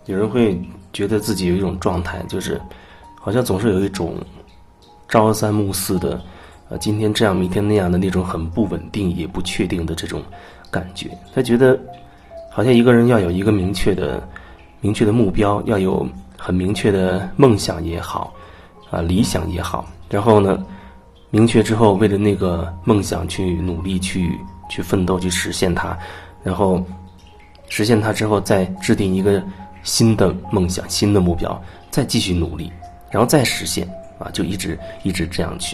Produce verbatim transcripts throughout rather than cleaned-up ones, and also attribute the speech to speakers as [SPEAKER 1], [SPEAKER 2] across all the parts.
[SPEAKER 1] 有人会觉得自己有一种状态，就是好像总是有一种朝三暮四的，呃，今天这样明天那样的那种很不稳定也不确定的这种感觉。他觉得好像一个人要有一个明确的明确的目标，要有很明确的梦想也好，啊，理想也好，然后呢明确之后为了那个梦想去努力，去去奋斗，去实现它，然后实现它之后再制定一个新的梦想，新的目标，再继续努力，然后再实现，啊，就一直一直这样去。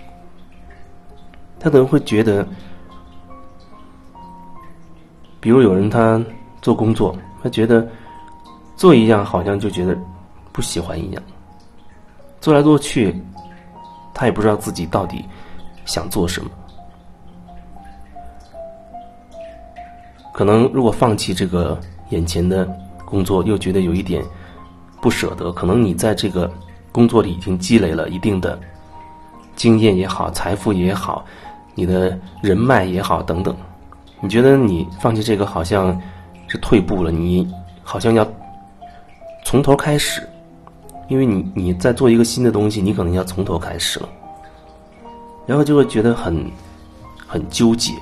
[SPEAKER 1] 他可能会觉得，比如有人他做工作，他觉得做一样好像就觉得不喜欢一样，做来做去他也不知道自己到底想做什么。可能如果放弃这个眼前的工作，又觉得有一点不舍得，可能你在这个工作里已经积累了一定的经验也好，财富也好，你的人脉也好等等，你觉得你放弃这个好像是退步了，你好像要从头开始，因为你你在做一个新的东西，你可能要从头开始了，然后就会觉得很很纠结。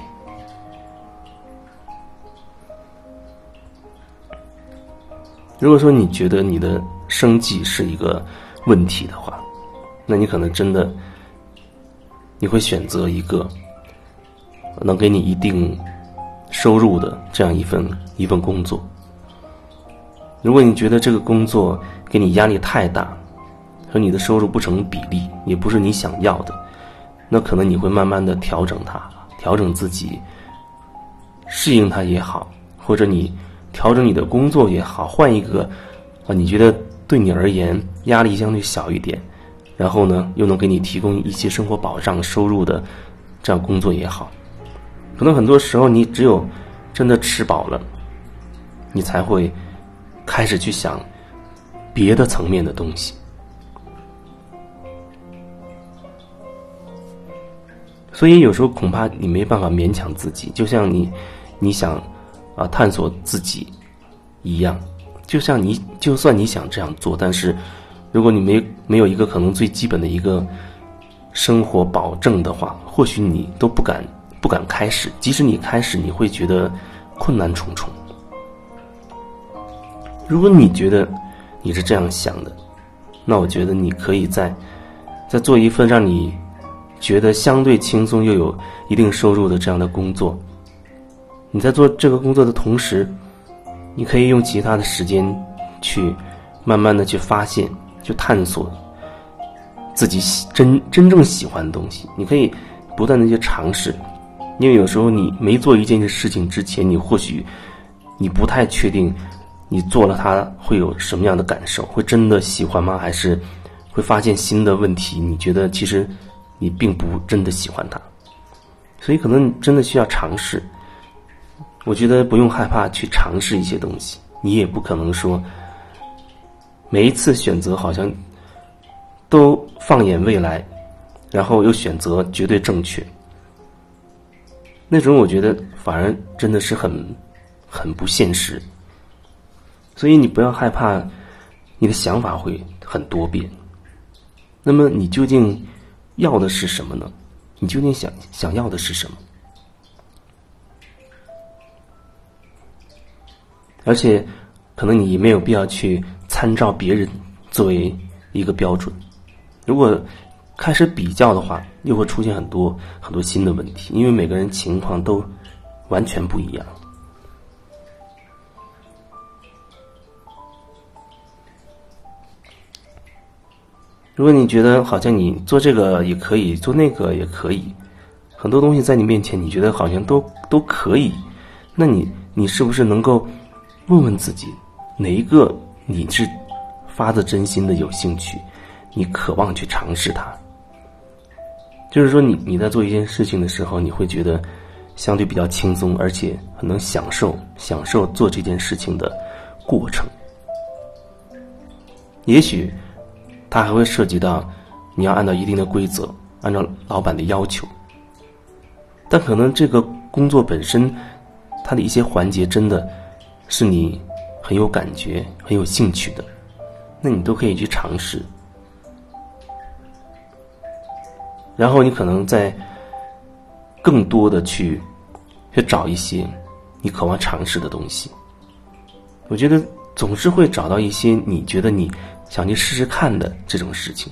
[SPEAKER 1] 如果说你觉得你的生计是一个问题的话，那你可能真的你会选择一个能给你一定收入的这样一份一份工作。如果你觉得这个工作给你压力太大，和你的收入不成比例，也不是你想要的，那可能你会慢慢的调整它，调整自己，适应它也好，或者你调整你的工作也好，换一个啊，你觉得对你而言压力相对小一点，然后呢又能给你提供一些生活保障收入的这样工作也好。可能很多时候你只有真的吃饱了，你才会开始去想别的层面的东西。所以有时候恐怕你没办法勉强自己，就像你你想啊探索自己一样，就像你就算你想这样做，但是如果你没没有一个可能最基本的一个生活保证的话，或许你都不敢不敢开始，即使你开始，你会觉得困难重重。如果你觉得你是这样想的，那我觉得你可以在在做一份让你觉得相对轻松又有一定收入的这样的工作。你在做这个工作的同时，你可以用其他的时间去慢慢的去发现，去探索自己真真正喜欢的东西。你可以不断的去尝试，因为有时候你没做一件事情之前，你或许你不太确定你做了它会有什么样的感受，会真的喜欢吗？还是会发现新的问题，你觉得其实你并不真的喜欢它。所以可能你真的需要尝试。我觉得不用害怕去尝试一些东西，你也不可能说每一次选择好像都放眼未来，然后又选择绝对正确，那种我觉得反而真的是很很不现实。所以你不要害怕你的想法会很多变，那么你究竟要的是什么呢？你究竟想想要的是什么？而且可能你没有必要去参照别人作为一个标准，如果开始比较的话，又会出现很多很多新的问题，因为每个人情况都完全不一样。如果你觉得好像你做这个也可以，做那个也可以，很多东西在你面前你觉得好像都都可以，那你你是不是能够问问自己，哪一个你是发自真心的有兴趣，你渴望去尝试它？就是说你你在做一件事情的时候，你会觉得相对比较轻松，而且很能享受享受做这件事情的过程。也许它还会涉及到你要按照一定的规则，按照老板的要求，但可能这个工作本身它的一些环节真的是你很有感觉、很有兴趣的，那你都可以去尝试。然后你可能在更多的去去找一些你渴望尝试的东西。我觉得总是会找到一些你觉得你想去试试看的这种事情。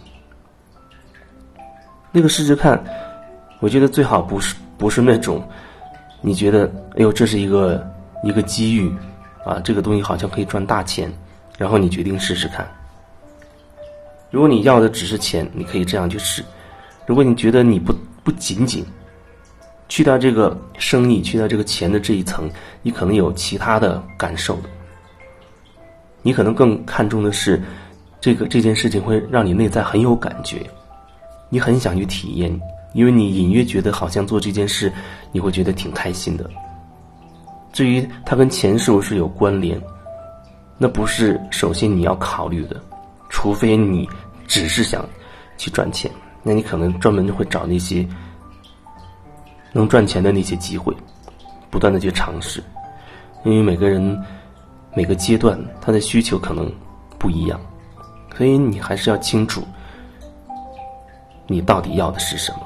[SPEAKER 1] 那个试试看，我觉得最好不是不是那种你觉得哎呦这是一个一个机遇啊，这个东西好像可以赚大钱，然后你决定试试看。如果你要的只是钱，你可以这样去试。如果你觉得你不不仅仅去掉这个生意，去掉这个钱的这一层，你可能有其他的感受的。你可能更看重的是这个这件事情会让你内在很有感觉，你很想去体验，因为你隐约觉得好像做这件事你会觉得挺开心的。至于它跟钱是不是有关联，那不是首先你要考虑的，除非你只是想去赚钱，那你可能专门会找那些能赚钱的那些机会，不断的去尝试。因为每个人每个阶段他的需求可能不一样，所以你还是要清楚你到底要的是什么。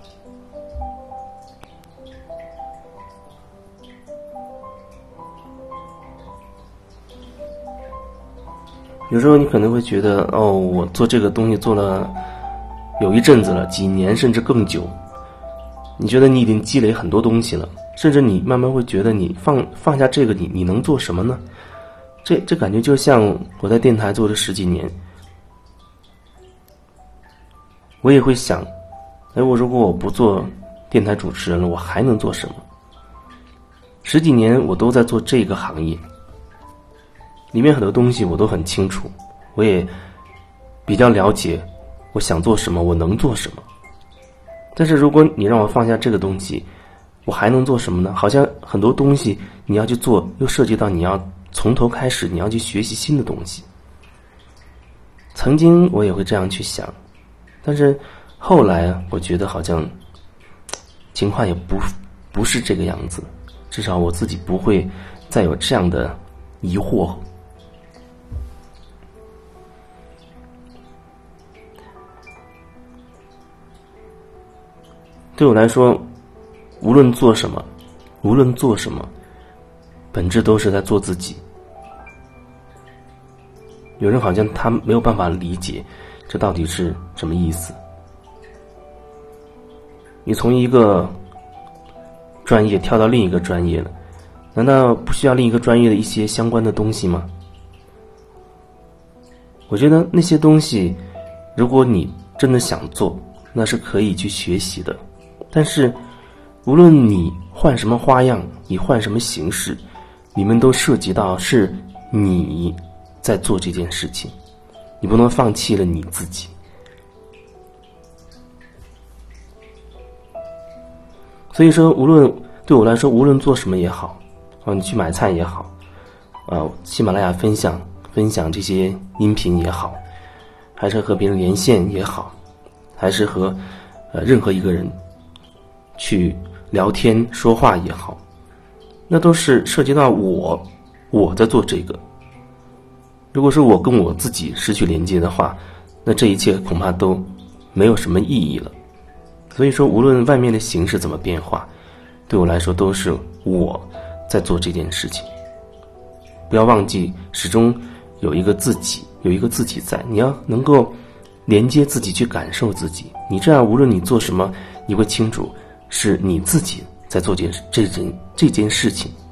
[SPEAKER 1] 有时候你可能会觉得，哦，我做这个东西做了有一阵子了，几年甚至更久，你觉得你已经积累很多东西了，甚至你慢慢会觉得你放放下这个，你你能做什么呢？这这感觉就像我在电台做了十几年，我也会想，哎，我如果我不做电台主持人了，我还能做什么？十几年我都在做这个行业，里面很多东西我都很清楚，我也比较了解我想做什么，我能做什么。但是如果你让我放下这个东西，我还能做什么呢？好像很多东西你要去做，又涉及到你要从头开始，你要去学习新的东西。曾经我也会这样去想，但是后来我觉得好像情况也不不是这个样子，至少我自己不会再有这样的疑惑。对我来说，无论做什么，无论做什么，本质都是在做自己。有人好像他没有办法理解这到底是什么意思。你从一个专业跳到另一个专业了，难道不需要另一个专业的一些相关的东西吗？我觉得那些东西，如果你真的想做，那是可以去学习的。但是无论你换什么花样，你换什么形式，你们都涉及到是你在做这件事情，你不能放弃了你自己。所以说无论对我来说，无论做什么也好啊，你去买菜也好啊，喜马拉雅分享分享这些音频也好，还是和别人连线也好，还是和呃任何一个人去聊天说话也好，那都是涉及到我我在做这个。如果说我跟我自己失去连接的话，那这一切恐怕都没有什么意义了。所以说无论外面的形势怎么变化，对我来说都是我在做这件事情。不要忘记始终有一个自己，有一个自己在，你要能够连接自己，去感受自己。你这样无论你做什么，你会清楚是你自己在做件这件这件事情。